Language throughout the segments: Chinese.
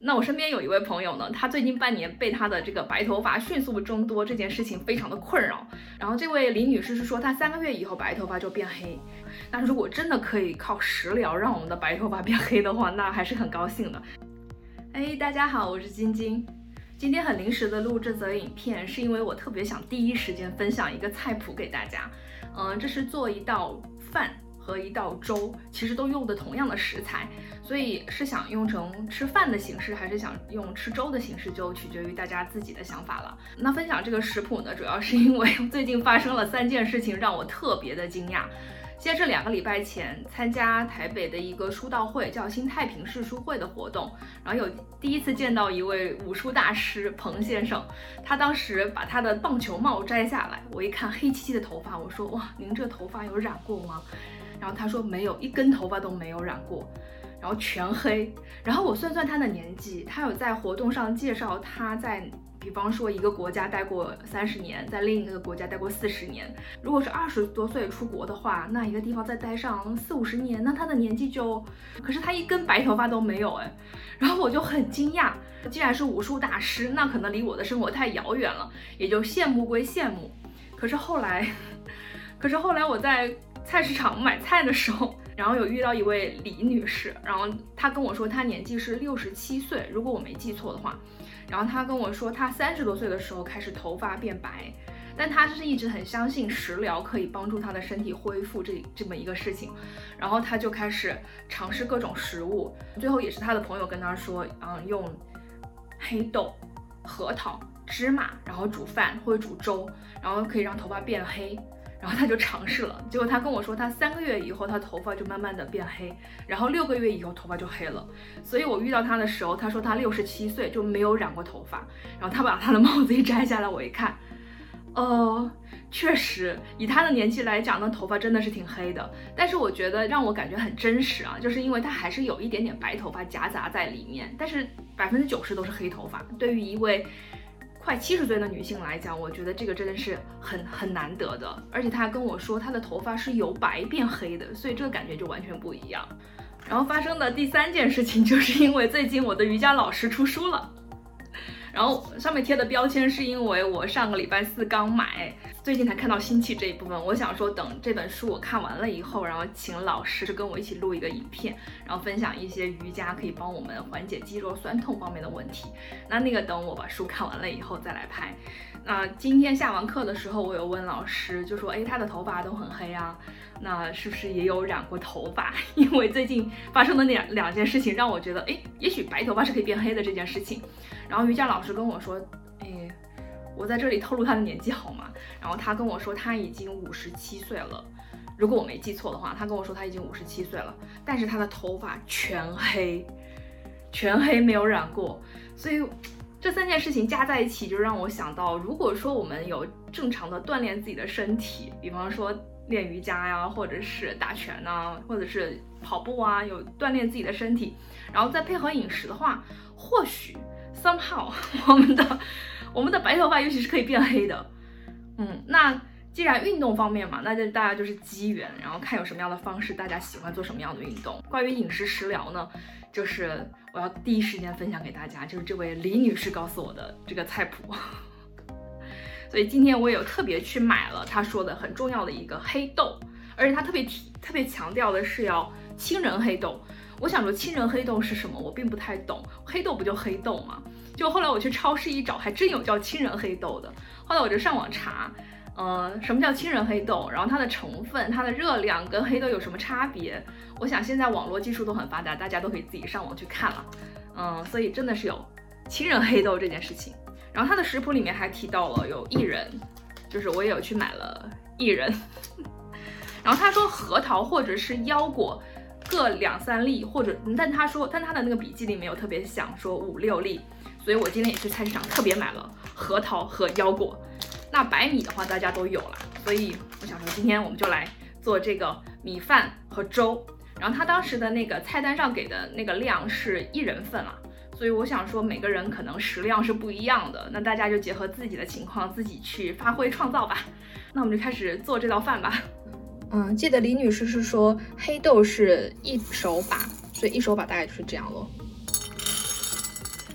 那我身边有一位朋友呢，他最近半年被他的这个白头发迅速增多这件事情非常的困扰。然后这位李女士是说，她3个月以后白头发就变黑。那如果真的可以靠食疗让我们的白头发变黑的话，那还是很高兴的。大家好，我是晶晶。今天很临时的录这则影片，是因为我特别想第一时间分享一个菜谱给大家。这是做一道饭和一道粥，其实都用的同样的食材，所以是想用成吃饭的形式，还是想用吃粥的形式，就取决于大家自己的想法了。那分享这个食谱呢，主要是因为最近发生了3件事情让我特别的惊讶。先是2个礼拜前参加台北的一个书道会，叫新太平市书会的活动，然后有第一次见到一位武术大师彭先生，他当时把他的棒球帽摘下来，我一看黑漆漆的头发，我说哇，您这头发有染过吗？然后他说没有，一根头发都没有染过，然后全黑。然后我算算他的年纪，他有在活动上介绍他在比方说一个国家待过30年，在另一个国家待过40年。如果是20多岁出国的话，那一个地方再待上40-50年，那他的年纪就……可是他一根白头发都没有然后我就很惊讶，既然是武术大师，那可能离我的生活太遥远了，也就羡慕归羡慕。可是后来我在菜市场买菜的时候，然后有遇到一位李女士，然后她跟我说她年纪是67岁，如果我没记错的话。然后她跟我说她30多岁的时候开始头发变白，但她就是一直很相信食疗可以帮助她的身体恢复这么一个事情。然后她就开始尝试各种食物，最后也是她的朋友跟她说，用黑豆、核桃、芝麻，然后煮饭或者煮粥，然后可以让头发变黑。然后他就尝试了，结果他跟我说，他3个月以后，他头发就慢慢的变黑，然后6个月以后头发就黑了。所以我遇到他的时候，他说他67岁就没有染过头发，然后他把他的帽子一摘下来，我一看，确实以他的年纪来讲，那头发真的是挺黑的。但是我觉得让我感觉很真实啊，就是因为他还是有一点点白头发夹杂在里面，但是90%都是黑头发。对于一位快70岁的女性来讲，我觉得这个真的是很难得的。而且她跟我说她的头发是由白变黑的，所以这个感觉就完全不一样。然后发生的第3件事情，就是因为最近我的瑜伽老师出书了，然后上面贴的标签是因为我上个礼拜4刚买，最近才看到新奇这一部分。我想说等这本书我看完了以后，然后请老师就跟我一起录一个影片，然后分享一些瑜伽可以帮我们缓解肌肉酸痛方面的问题。那个等我把书看完了以后再来拍。那今天下完课的时候，我有问老师，就说他的头发都很黑啊，那是不是也有染过头发？因为最近发生的两件事情让我觉得也许白头发是可以变黑的这件事情。然后瑜伽老师跟我说，我在这里透露他的年纪好吗？然后他跟我说他已经57岁了，如果我没记错的话，他跟我说他已经57岁了，但是他的头发全黑没有染过。所以这3件事情加在一起，就让我想到，如果说我们有正常的锻炼自己的身体，比方说练瑜伽呀，或者是打拳啊，或者是跑步啊，有锻炼自己的身体，然后再配合饮食的话，或许 somehow 我们的白头发尤其是可以变黑的。那既然运动方面嘛，那就大家就是机缘，然后看有什么样的方式，大家喜欢做什么样的运动。关于饮食食疗呢，就是我要第一时间分享给大家，就是这位李女士告诉我的这个菜谱。所以今天我也有特别去买了她说的很重要的一个黑豆，而且她特别强调的是要青仁黑豆。我想说青仁黑豆是什么，我并不太懂，黑豆不就黑豆吗？就后来我去超市一找，还真有叫青仁黑豆的。后来我就上网查，什么叫青仁黑豆，然后它的成分、它的热量跟黑豆有什么差别。我想现在网络技术都很发达，大家都可以自己上网去看了。所以真的是有青仁黑豆这件事情。然后它的食谱里面还提到了有薏仁，就是我也有去买了薏仁。然后他说核桃或者是腰果各2-3粒，或者但他的那个笔记里面有特别想说5-6粒，所以我今天也去菜市场特别买了核桃和腰果。那白米的话大家都有了，所以我想说今天我们就来做这个米饭和粥。然后他当时的那个菜单上给的那个量是1人份啊，所以我想说每个人可能食量是不一样的，那大家就结合自己的情况自己去发挥创造吧。那我们就开始做这道饭吧。记得李女士是说黑豆是1手把，所以1手把大概就是这样咯。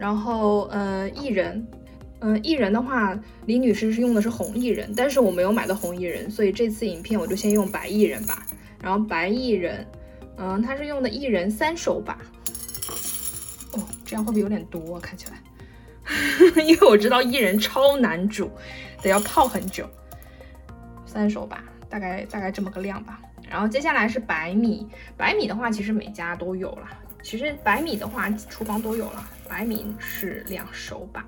然后薏仁，薏仁的话，李女士是用的是红薏仁，但是我没有买到红薏仁，所以这次影片我就先用白薏仁吧。然后白薏仁，它是用的薏仁3手把。哦，这样会不会有点多？看起来，因为我知道薏仁超难煮，得要泡很久。3手把，大概这么个量吧。然后接下来是白米，白米的话其实每家都有了，其实白米的话厨房都有了，白米是2手把。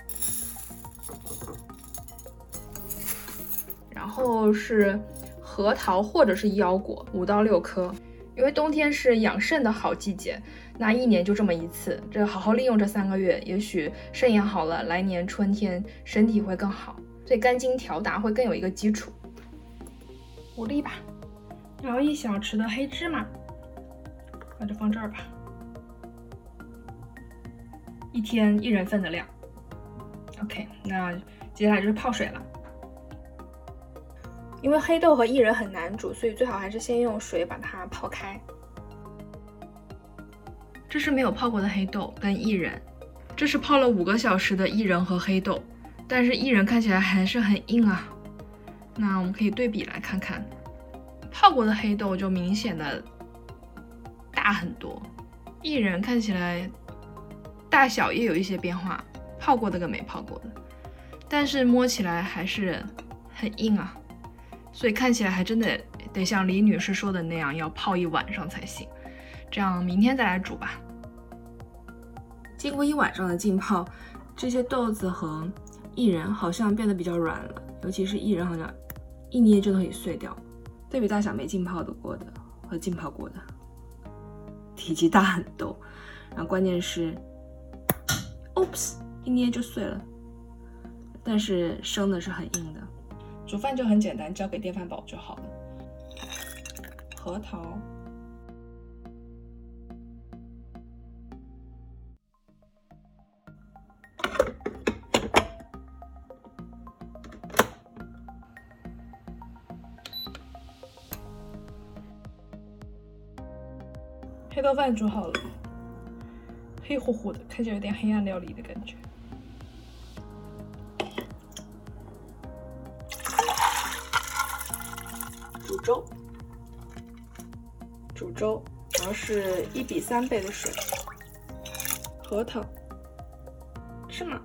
然后是核桃或者是腰果5到6颗，因为冬天是养肾的好季节，那1年就这么一次，这好好利用这3个月，也许肾养好了，来年春天身体会更好，所以肝经调达会更有一个基础。5粒吧，然后1小匙的黑芝麻，那就放这儿吧。1天1人份的量。OK， 那接下来就是泡水了。因为黑豆和薏仁很难煮，所以最好还是先用水把它泡开。这是没有泡过的黑豆跟薏仁，这是泡了5个小时的薏仁和黑豆，但是薏仁看起来还是很硬啊。那我们可以对比来看看，泡过的黑豆就明显的大很多，薏仁看起来大小也有一些变化，泡过的跟没泡过的，但是摸起来还是很硬啊。所以看起来还真的得像李女士说的那样，要泡1晚上才行。这样明天再来煮吧。经过1晚上的浸泡，这些豆子和薏仁好像变得比较软了，尤其是薏仁好像一捏就可以碎掉。对比大小没浸泡过的和浸泡过的，体积大很多。然后关键是 ，oops， 一捏就碎了。但是生的是很硬的。煮饭就很简单，交给电饭煲就好了。核桃，黑豆饭煮好了，黑乎乎的，看起来有点黑暗料理的感觉。煮粥，然后是1比3倍的水，核桃，芝麻，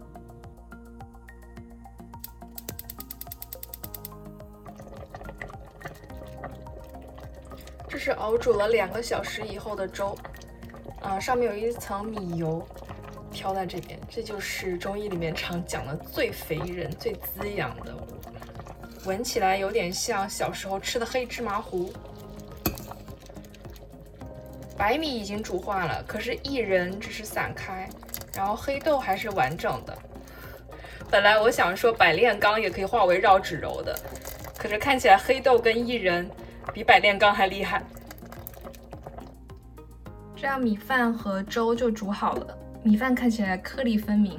这是熬煮了2个小时以后的粥，上面有一层米油飘在这边，这就是中医里面常讲的最肥人、最滋养的。闻起来有点像小时候吃的黑芝麻糊。白米已经煮化了，可是薏仁只是散开，然后黑豆还是完整的。本来我想说百炼钢也可以化为绕指柔的，可是看起来黑豆跟薏仁比百炼钢还厉害。这样米饭和粥就煮好了，米饭看起来颗粒分明，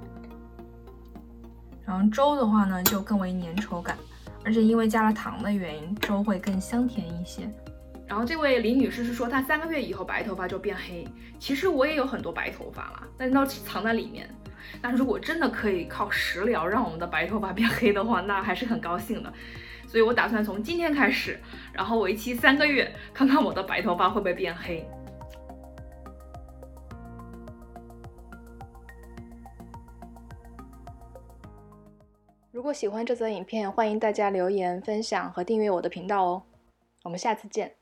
然后粥的话呢就更为粘稠感。而且因为加了糖的原因，粥会更香甜一些。然后这位李女士是说她3个月以后白头发就变黑，其实我也有很多白头发了，但是都藏在里面。那如果真的可以靠食疗让我们的白头发变黑的话，那还是很高兴的。所以我打算从今天开始，然后为期3个月，看看我的白头发会不会变黑。如果喜欢这则影片，欢迎大家留言、分享和订阅我的频道哦。我们下次见。